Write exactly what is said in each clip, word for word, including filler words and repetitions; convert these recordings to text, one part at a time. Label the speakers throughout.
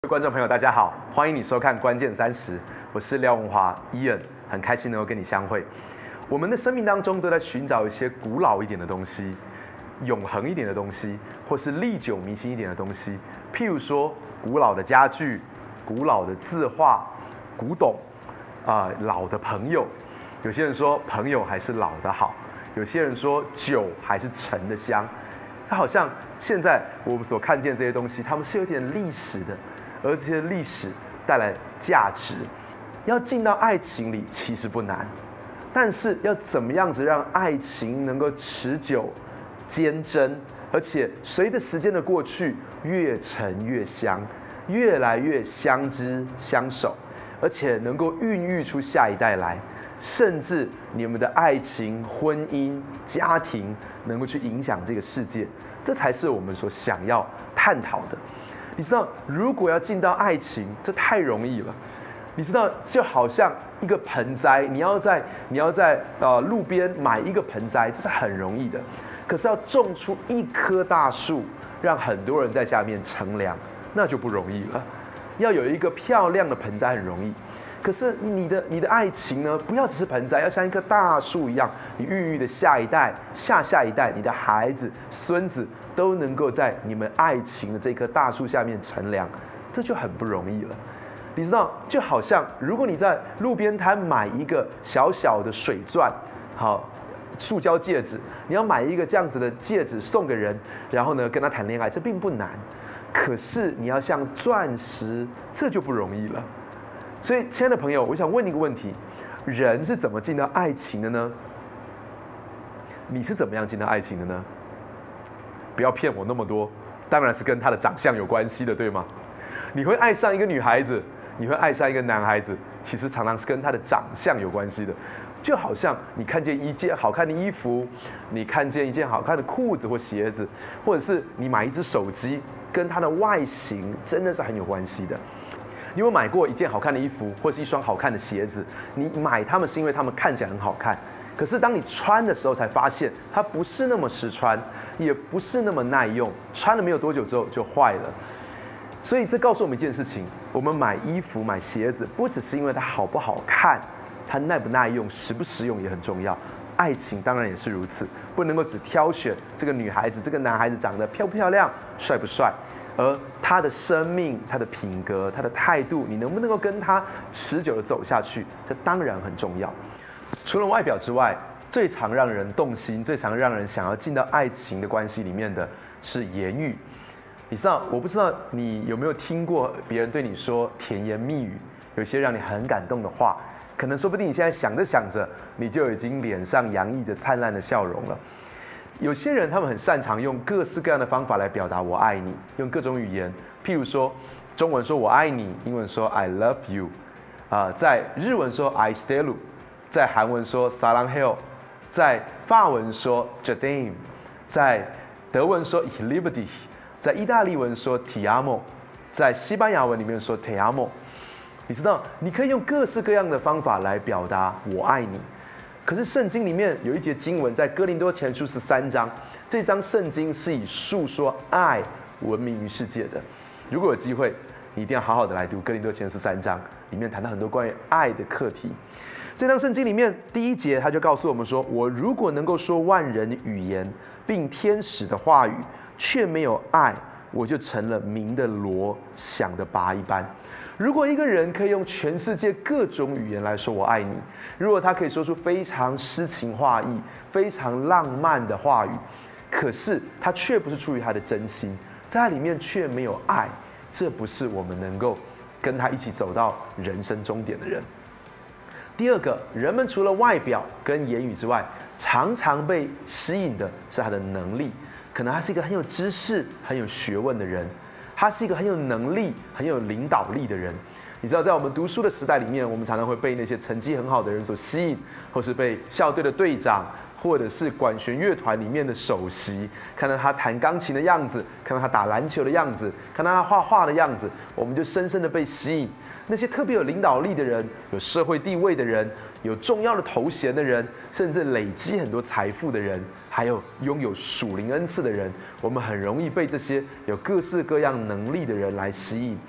Speaker 1: 观众朋友，大家好，欢迎你收看《关键三十》，我是廖文华 Ian， 很开心能够跟你相会。我们的生命当中都在寻找一些古老一点的东西，永恒一点的东西，或是历久弥新一点的东西。譬如说，古老的家具、古老的字画、古董啊、呃、老的朋友。有些人说朋友还是老的好，有些人说酒还是陈的香。它好像现在我们所看见这些东西，它们是有点历史的。而这些历史带来价值，要进到爱情里其实不难，但是要怎么样子让爱情能够持久、坚贞，而且随着时间的过去，越陈越香，越来越相知相守，而且能够孕育出下一代来，甚至你们的爱情、婚姻、家庭能够去影响这个世界，这才是我们所想要探讨的。你知道，如果要进到爱情，这太容易了。你知道，就好像一个盆栽，你要在你要在呃路边买一个盆栽，这是很容易的。可是要种出一棵大树，让很多人在下面乘凉，那就不容易了。要有一个漂亮的盆栽很容易，可是你的你的爱情呢，不要只是盆栽，要像一棵大树一样，你孕育的下一代、下下一代，你的孩子、孙子。都能够在你们爱情的这棵大树下面乘凉，这就很不容易了。你知道，就好像如果你在路边摊买一个小小的水钻，好，塑胶戒指，你要买一个这样子的戒指送给人，然后呢跟他谈恋爱，这并不难。可是你要像钻石，这就不容易了。所以，亲爱的朋友，我想问你一个问题：人是怎么进到爱情的呢？你是怎么样进到爱情的呢？不要骗我那么多，当然是跟他的长相有关系的，对吗？你会爱上一个女孩子，你会爱上一个男孩子，其实常常是跟他的长相有关系的。就好像你看见一件好看的衣服，你看见一件好看的裤子或鞋子，或者是你买一只手机，跟它的外形真的是很有关系的。你有没有买过一件好看的衣服，或是一双好看的鞋子？你买它们是因为它们看起来很好看，可是当你穿的时候才发现，它不是那么实穿。也不是那么耐用，穿了没有多久之后就坏了。所以这告诉我们一件事情：我们买衣服、买鞋子，不只是因为它好不好看，它耐不耐用、实不实用也很重要。爱情当然也是如此，不能够只挑选这个女孩子、这个男孩子长得漂不漂亮、帅不帅，而他的生命、他的品格、他的态度，你能不能够跟他持久的走下去，这当然很重要。除了外表之外，最常让人动心、最常让人想要进到爱情的关系里面的是言语。你知道，我不知道你有没有听过别人对你说甜言蜜语，有些让你很感动的话，可能说不定你现在想着想着，你就已经脸上洋溢着灿烂的笑容了。有些人他们很擅长用各式各样的方法来表达我爱你，用各种语言，譬如说中文说我爱你，英文说 I love you， 啊、呃，在日文说 I stay lu， 在韩文说 사랑해요。在法文说 "Jadame"， 在德文说 "Ich liebe dich"， 在意大利文说 "Ti amo"， 在西班牙文里面说 "Te amo"。你知道，你可以用各式各样的方法来表达我爱你。可是圣经里面有一节经文，在哥林多前书十三章，这章圣经是以述说爱闻名于世界的。如果有机会，你一定要好好的来读哥林多前书十三章，里面谈到很多关于爱的课题。这章圣经里面第一节，他就告诉我们说：我如果能够说万人语言，并天使的话语，却没有爱，我就成了鸣的锣，响的钹一般。如果一个人可以用全世界各种语言来说我爱你，如果他可以说出非常诗情画意、非常浪漫的话语，可是他却不是出于他的真心，在他里面却没有爱，这不是我们能够跟他一起走到人生终点的人。第二个，人们除了外表跟言语之外，常常被吸引的是他的能力。可能他是一个很有知识、很有学问的人，他是一个很有能力、很有领导力的人。你知道，在我们读书的时代里面，我们常常会被那些成绩很好的人所吸引，或是被校队的队长，或者是管弦乐团里面的首席，看到他弹钢琴的样子，看到他打篮球的样子，看到他画画的样子，我们就深深的被吸引。那些特别有领导力的人，有社会地位的人，有重要的头衔的人，甚至累积很多财富的人，还有拥有属灵恩赐的人，我们很容易被这些有各式各样能力的人来吸引。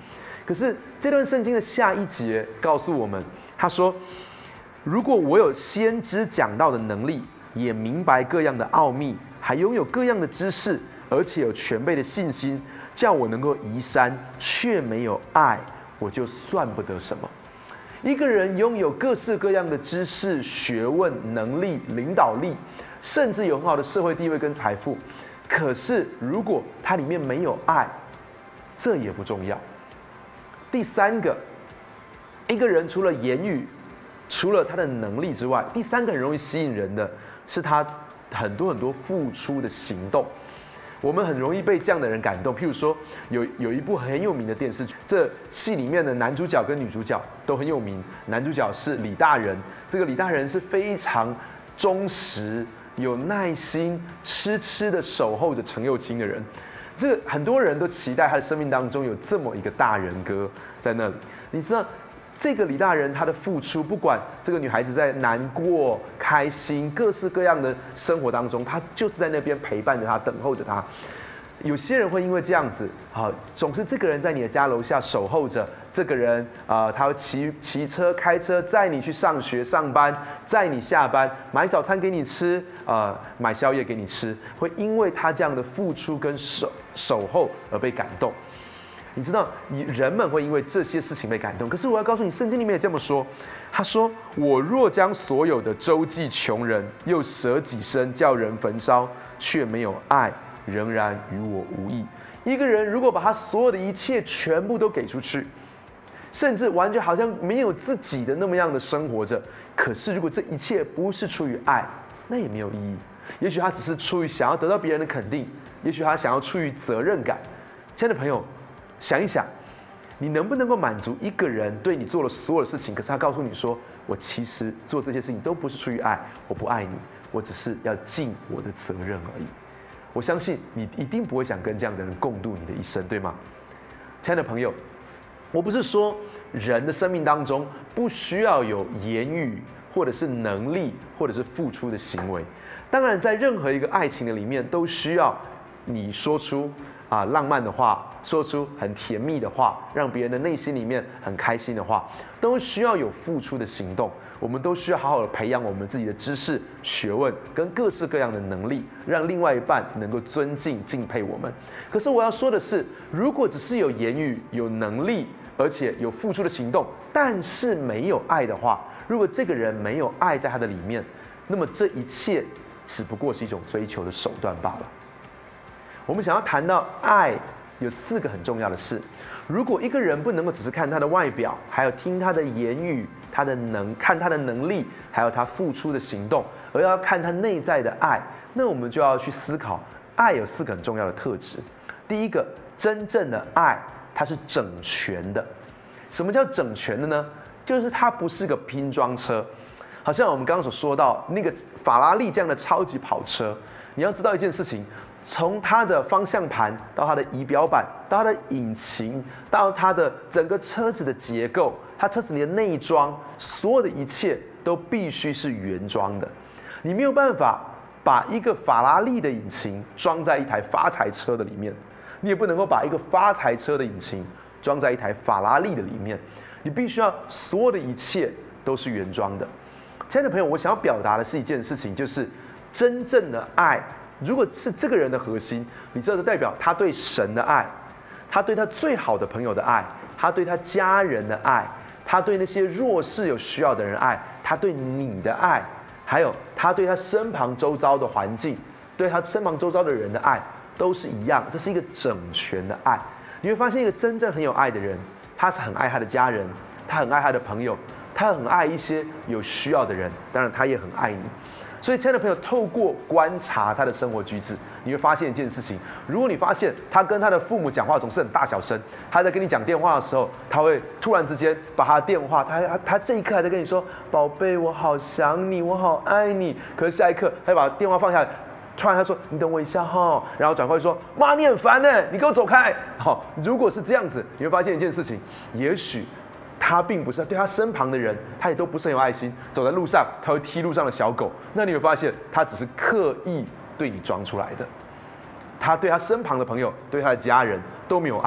Speaker 1: 可是这段圣经的下一节告诉我们，他说：“如果我有先知讲道的能力，也明白各样的奥秘，还拥有各样的知识，而且有全备的信心，叫我能够移山，却没有爱，我就算不得什么。”一个人拥有各式各样的知识、学问、能力、领导力，甚至有很好的社会地位跟财富，可是如果他里面没有爱，这也不重要。第三个，一个人除了言语，除了他的能力之外，第三个很容易吸引人的是他很多很多付出的行动。我们很容易被这样的人感动。譬如说，有有一部很有名的电视剧，这戏里面的男主角跟女主角都很有名。男主角是李大仁，这个李大仁是非常忠实、有耐心、痴痴的守候着程又青的人。这个很多人都期待他的生命当中有这么一个大人哥在那里。你知道？这个李大仁他的付出，不管这个女孩子在难过、开心、各式各样的生活当中，他就是在那边陪伴着她，等候着她。有些人会因为这样子，啊，总是这个人在你的家楼下守候着，这个人啊、呃，他会骑骑车、开车载你去上学、上班，载你下班，买早餐给你吃，呃，买宵夜给你吃，会因为他这样的付出跟守守候而被感动。你知道，你人们会因为这些事情被感动。可是我要告诉你，圣经里面也这么说。他说：“我若将所有的周济穷人，又舍己身叫人焚烧，却没有爱，仍然与我无益。”一个人如果把他所有的一切全部都给出去，甚至完全好像没有自己的那么样的生活着，可是如果这一切不是出于爱，那也没有意义。也许他只是出于想要得到别人的肯定，也许他想要出于责任感。亲爱的朋友，想一想，你能不能够满足一个人对你做了所有的事情，可是他告诉你说：“我其实做这些事情都不是出于爱，我不爱你，我只是要尽我的责任而已。”我相信你一定不会想跟这样的人共度你的一生，对吗？亲爱的朋友，我不是说人的生命当中不需要有言语，或者是能力，或者是付出的行为。当然，在任何一个爱情的里面，都需要你说出啊浪漫的话，说出很甜蜜的话，让别人的内心里面很开心的话，都需要有付出的行动。我们都需要好好的培养我们自己的知识、学问跟各式各样的能力，让另外一半能够尊敬、敬佩我们。可是我要说的是，如果只是有言语、有能力，而且有付出的行动，但是没有爱的话，如果这个人没有爱在他的里面，那么这一切只不过是一种追求的手段罢了。我们想要谈到爱，有四个很重要的事。如果一个人不能够只是看他的外表，还有听他的言语，他的能看他的能力，还有他付出的行动，而要看他内在的爱，那我们就要去思考，爱有四个很重要的特质。第一个，真正的爱，它是整全的。什么叫整全的呢？就是它不是个拼装车。好像我们刚刚所说到那个法拉利这样的超级跑车，你要知道一件事情，从它的方向盘到它的仪表板，到它的引擎，到它的整个车子的结构，它车子里的内装，所有的一切都必须是原装的。你没有办法把一个法拉利的引擎装在一台发财车的里面，你也不能够把一个发财车的引擎装在一台法拉利的里面。你必须要所有的一切都是原装的。亲爱的朋友，我想要表达的是一件事情，就是真正的爱，如果是这个人的核心，你知道，这代表他对神的爱，他对他最好的朋友的爱，他对他家人的爱，他对那些弱势有需要的人爱，他对你的爱，还有他对他身旁周遭的环境，对他身旁周遭的人的爱，都是一样。这是一个整全的爱。你会发现，一个真正很有爱的人，他是很爱他的家人，他很爱他的朋友，他很爱一些有需要的人，当然他也很爱你。所以，亲爱的朋友，透过观察他的生活举止，你会发现一件事情：如果你发现他跟他的父母讲话总是很大小声，他在跟你讲电话的时候，他会突然之间把他的电话，他他他这一刻还在跟你说“宝贝，我好想你，我好爱你”，可是下一刻他就把电话放下来，突然他说：“你等我一下哈。”然后转过来说：“妈，你很烦呢，你给我走开。”好，如果是这样子，你会发现一件事情，也许他并不是对他身旁的人，他也都不是很有爱心。走在路上，他会踢路上的小狗，那你会发现他只是刻意对你装出来的。他对他身旁的朋友，对他的家人都没有爱，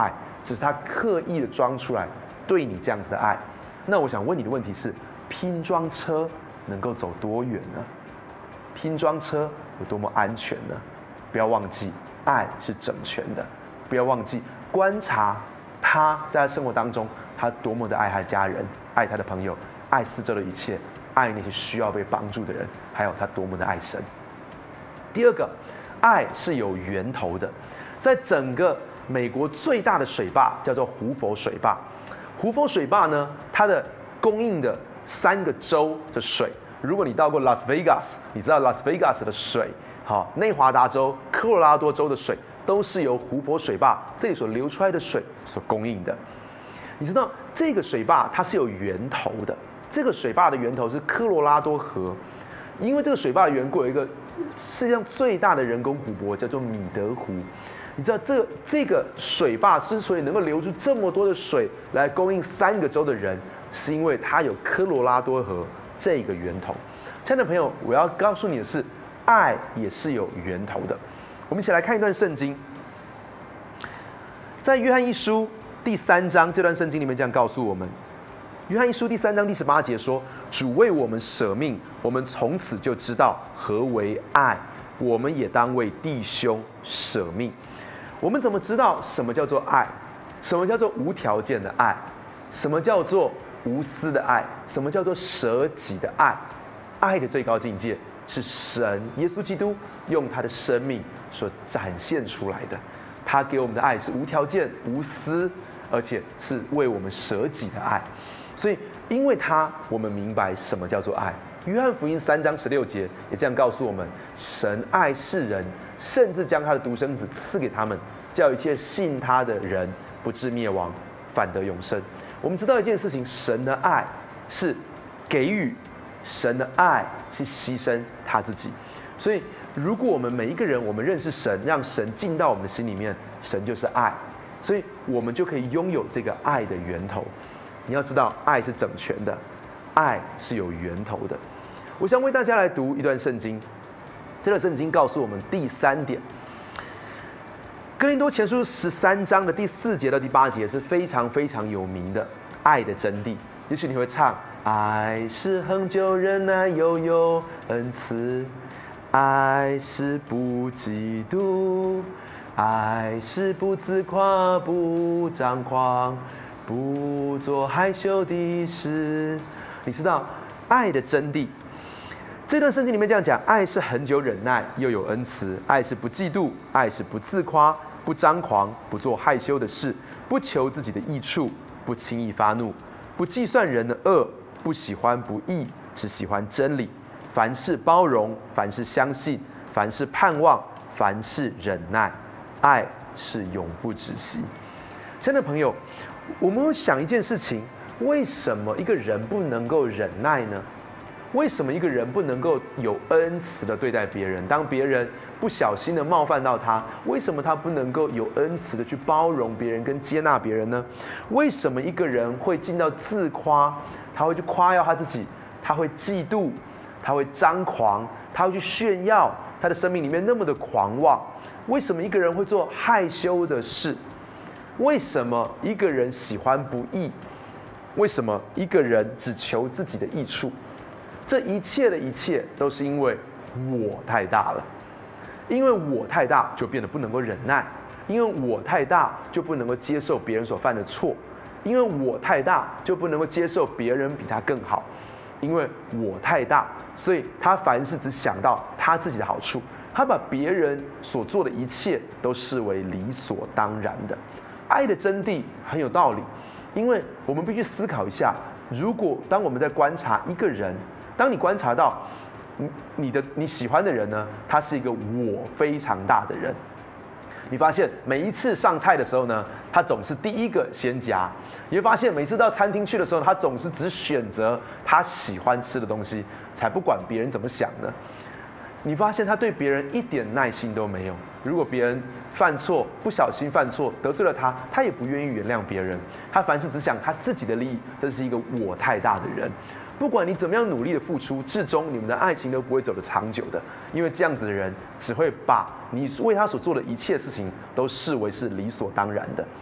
Speaker 1: 只是他刻意的装出来对你这样子的爱。那我想问你的问题是，拼装车能够走多远呢？拼装车有多么安全呢？不要忘记，爱是整全的。不要忘记观察他在他生活当中，他多么的爱他的家人，爱他的朋友，爱四周的一切，爱那些需要被帮助的人，还有他多么的爱神。第二个，爱是有源头的。在整个美国最大的水坝叫做胡佛水坝。胡佛水坝呢，它的供应的三个州的水，如果你到过拉斯维加斯，你知道拉斯维加斯的水，好，内华达州、科罗拉多州的水，都是由胡佛水坝这里所流出来的水所供应的。你知道这个水坝它是有源头的，这个水坝的源头是科罗拉多河，因为这个水坝的缘故，有一个世界上最大的人工湖泊叫做米德湖。你知道这这个水坝之所以能够流出这么多的水来供应三个州的人，是因为它有科罗拉多河这个源头。亲爱的朋友，我要告诉你的是，爱也是有源头的。我们一起来看一段圣经，在约翰一书第三章这段圣经里面这样告诉我们。约翰一书第三章第十八节说：“主为我们舍命，我们从此就知道何为爱，我们也当为弟兄舍命。”我们怎么知道什么叫做爱？什么叫做无条件的爱？什么叫做无私的爱？什么叫做舍己的爱？爱的最高境界是神耶稣基督用他的生命所展现出来的。他给我们的爱是无条件、无私，而且是为我们舍己的爱。所以，因为他，我们明白什么叫做爱。约翰福音三章十六节也这样告诉我们：神爱世人，甚至将他的独生子赐给他们，叫一切信他的人不至灭亡，反得永生。我们知道一件事情：神的爱是给予，神的爱是牺牲他自己。所以，如果我们每一个人，我们认识神，让神进到我们的心里面，神就是爱，所以我们就可以拥有这个爱的源头。你要知道，爱是整全的，爱是有源头的。我想为大家来读一段圣经，这段圣经告诉我们第三点。哥林多前书十三章的第四节到第八节是非常非常有名的爱的真谛。也许你会唱：爱是恒久忍耐，又有恩慈；爱是不嫉妒；爱是不自夸，不张狂，不做害羞的事。你知道爱的真谛？这段圣经里面这样讲：爱是恒久忍耐，又有恩慈；爱是不嫉妒；爱是不自夸，不张狂，不做害羞的事，不求自己的益处，不轻易发怒，不计算人的恶，不喜欢不义，只喜欢真理。凡事包容，凡事相信，凡事盼望，凡事忍耐。爱是永不止息。亲爱的朋友，我们会想一件事情：为什么一个人不能够忍耐呢？为什么一个人不能够有恩慈的对待别人？当别人不小心的冒犯到他，为什么他不能够有恩慈的去包容别人跟接纳别人呢？为什么一个人会进到自夸？他会去夸耀他自己，他会嫉妒，他会张狂，他会去炫耀他的生命里面那么的狂妄？为什么一个人会做害羞的事？为什么一个人喜欢不义？为什么一个人只求自己的益处？这一切的一切都是因为我太大了，因为我太大就变得不能够忍耐，因为我太大就不能够接受别人所犯的错，因为我太大就不能够接受别人比他更好，因为我太大，所以他凡事只想到他自己的好处，他把别人所做的一切都视为理所当然的。爱的真谛很有道理，因为我们必须思考一下，如果当我们在观察一个人，当你观察到你的你喜欢的人呢，他是一个我非常大的人，你发现每一次上菜的时候呢，他总是第一个先夹。你会发现每次到餐厅去的时候，他总是只选择他喜欢吃的东西，才不管别人怎么想呢。你发现他对别人一点耐心都没有。如果别人犯错，不小心犯错得罪了他，他也不愿意原谅别人。他凡事只想他自己的利益，这是一个我太大的人。不管你怎么样努力的付出，至终你们的爱情都不会走得长久的，因为这样子的人只会把你为他所做的一切事情都视为是理所当然的。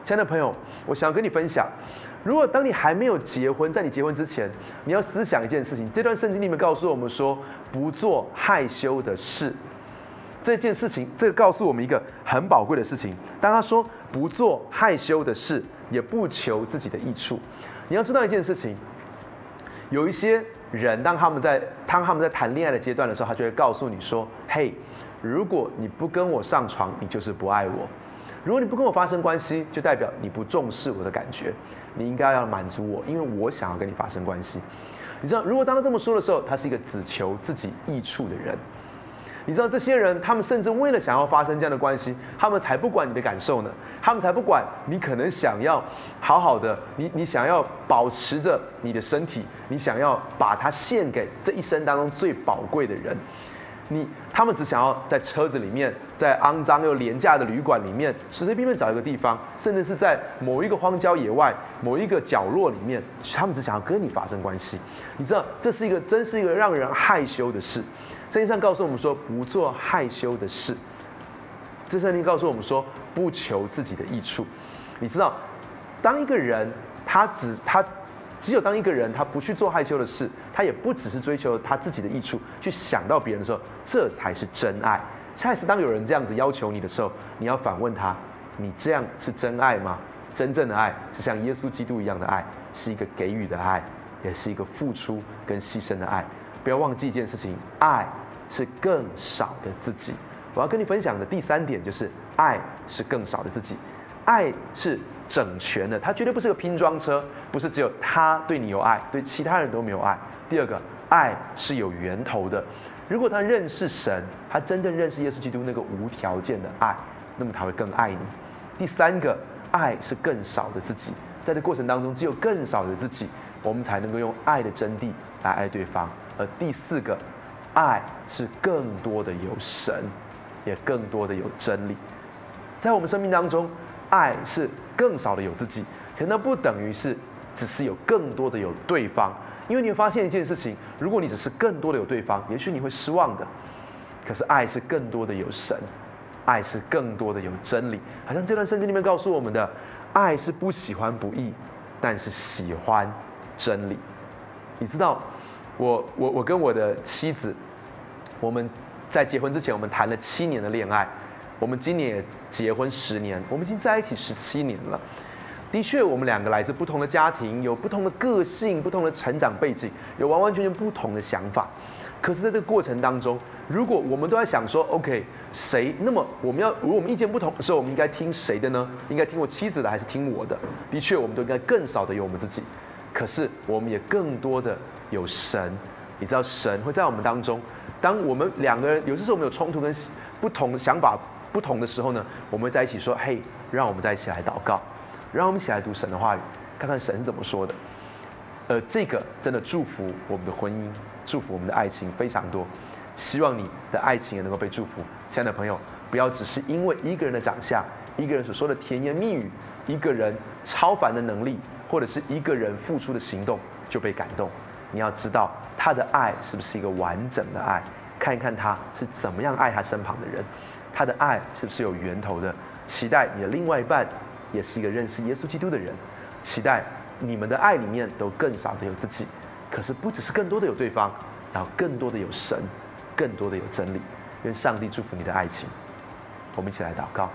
Speaker 1: 亲爱的朋友，我想要跟你分享，如果当你还没有结婚，在你结婚之前，你要思想一件事情。这段圣经里面告诉我们说，不做害羞的事。这件事情，这个告诉我们一个很宝贵的事情。当他说不做害羞的事，也不求自己的益处。你要知道一件事情，有一些人，当他们在当他们在谈恋爱的阶段的时候，他就会告诉你说：“嘿，如果你不跟我上床，你就是不爱我。如果你不跟我发生关系，就代表你不重视我的感觉。你应该要满足我，因为我想要跟你发生关系。”你知道，如果当他这么说的时候，他是一个只求自己益处的人。你知道这些人，他们甚至为了想要发生这样的关系，他们才不管你的感受呢，他们才不管你可能想要好好的，你你想要保持着你的身体，你想要把它献给这一生当中最宝贵的人。你他们只想要在车子里面，在肮脏又廉价的旅馆里面，随随便便找一个地方，甚至是在某一个荒郊野外、某一个角落里面，他们只想要跟你发生关系。你知道，这是一个真是一个让人害羞的事。圣经上告诉我们说，不做害羞的事。这圣经告诉我们说，不求自己的益处。你知道，当一个人他只他只有当一个人他不去做害羞的事，他也不只是追求他自己的益处，去想到别人的时候，这才是真爱。下一次当有人这样子要求你的时候，你要反问他：你这样是真爱吗？真正的爱是像耶稣基督一样的爱，是一个给予的爱，也是一个付出跟牺牲的爱。不要忘记一件事情，爱是更少的自己。我要跟你分享的第三点就是，爱是更少的自己。爱是整全的，它绝对不是个拼装车，不是只有他对你有爱，对其他人都没有爱。第二个，爱是有源头的。如果他认识神，他真正认识耶稣基督那个无条件的爱，那么他会更爱你。第三个，爱是更少的自己。在这过程当中，只有更少的自己，我们才能够用爱的真谛来爱对方。而第四个，爱是更多的有神，也更多的有真理。在我们生命当中，爱是更少的有自己，可那不等于是只是有更多的有对方。因为你会发现一件事情，如果你只是更多的有对方，也许你会失望的。可是爱是更多的有神，爱是更多的有真理。好像这段圣经里面告诉我们的，爱是不喜欢不义，但是喜欢真理。你知道，我我我跟我的妻子，我们在结婚之前，我们谈了七年的恋爱，我们今年也结婚十年，我们已经在一起十七年了。的确，我们两个来自不同的家庭，有不同的个性，不同的成长背景，有完完全全不同的想法。可是，在这个过程当中，如果我们都在想说 ，OK， 谁？那么我们要，如果我们意见不同的时候，我们应该听谁的呢？应该听我妻子的，还是听我的？的确，我们都应该更少的有我们自己。可是，我们也更多的有神。你知道，神会在我们当中，当我们两个人有些时候我们有冲突跟不同想法不同的时候呢，我们会在一起说：“嘿，让我们在一起来祷告。”让我们一起来读神的话语，看看神是怎么说的。呃，这个真的祝福我们的婚姻，祝福我们的爱情非常多。希望你的爱情也能够被祝福。亲爱的朋友，不要只是因为一个人的长相，一个人所说的甜言蜜语，一个人超凡的能力，或者是一个人付出的行动就被感动。你要知道他的爱是不是一个完整的爱，看一看他是怎么样爱他身旁的人，他的爱是不是有源头的。期待你的另外一半也是一个认识耶稣基督的人，期待你们的爱里面都更少的有自己，可是不只是更多的有对方，然后更多的有神，更多的有真理。愿上帝祝福你的爱情。我们一起来祷告。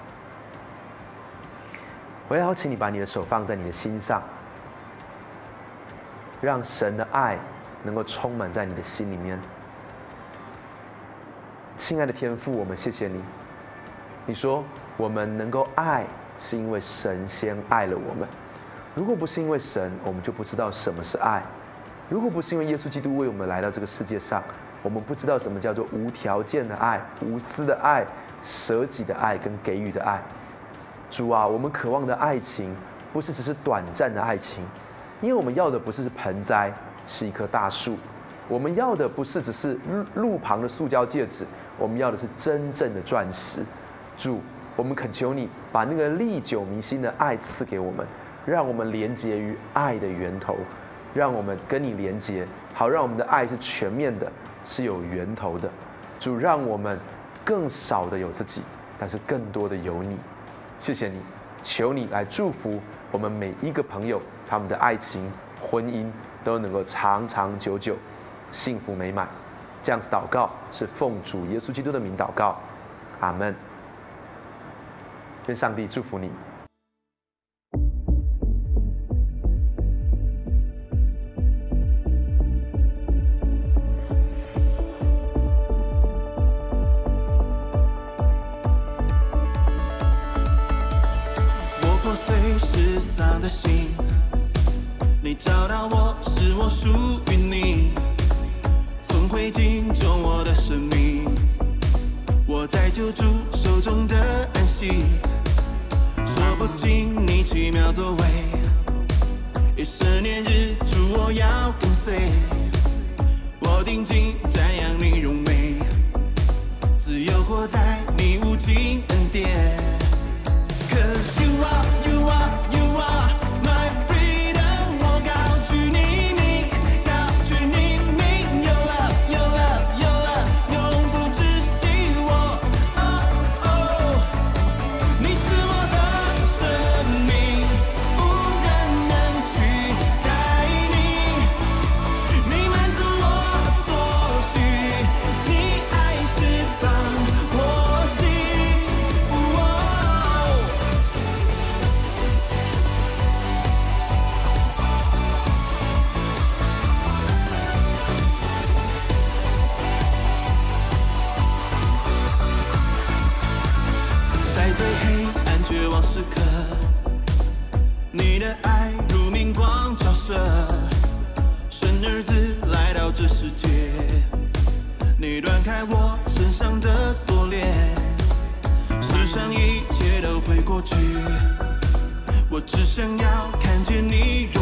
Speaker 1: 我要邀请你把你的手放在你的心上，让神的爱能够充满在你的心里面。亲爱的天父，我们谢谢你。你说我们能够爱，是因为神先爱了我们。如果不是因为神，我们就不知道什么是爱。如果不是因为耶稣基督为我们来到这个世界上，我们不知道什么叫做无条件的爱、无私的爱、舍己的爱跟给予的爱。主啊，我们渴望的爱情不是只是短暂的爱情，因为我们要的不是盆栽，是一棵大树。我们要的不是只是路旁的塑胶戒指，我们要的是真正的钻石。主，我们恳求你把那个历久弥新的爱赐给我们，让我们连结于爱的源头，让我们跟你连结，好让我们的爱是全面的，是有源头的。主，让我们更少的有自己，但是更多的有你。谢谢你， 求你来祝福我们每一个朋友，他们的爱情、婚姻都能够长长久久、幸福美满。这样子祷告是奉主耶稣基督的名祷告，阿门。愿上帝祝福你。
Speaker 2: 破碎失丧的心，你找到我，是我属于你。从灰烬中我的生命，我在救主手中的安息。说不尽你奇妙作为，一生年日主我要跟随。我定睛瞻仰你荣美，自由活在你无尽恩典。Cause you are, you are, you are my freedom. 我高举你名，高举你名。Your love, your love, your love， 永不止息我。Oh oh， 你是我的生命，无人能取代你。你满足我所需，你爱释放我心。最黑暗绝望时刻，你的爱如明光照射，神儿子来到这世界，你断开我身上的锁链，世上一切都会过去，我只想要看见你